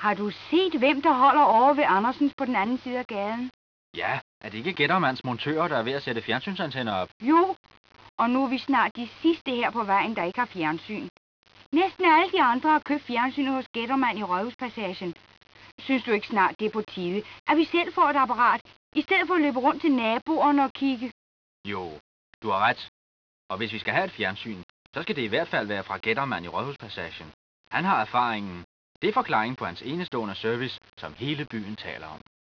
Har du set, hvem der holder over ved Andersens på den anden side af gaden? Ja, er det ikke Gættermands montører, der er ved at sætte fjernsynsantenner op? Jo, og nu er vi snart de sidste her på vejen, der ikke har fjernsyn. Næsten alle de andre har købt fjernsynet hos Gættermand i Rådhuspassagen. Synes du ikke snart, det er på tide, at vi selv får et apparat, i stedet for at løbe rundt til naboerne og kigge? Jo, du har ret. Og hvis vi skal have et fjernsyn, så skal det i hvert fald være fra Gættermand i Rådhuspassagen. Han har erfaringen. Det er forklaringen på hans enestående service, som hele byen taler om.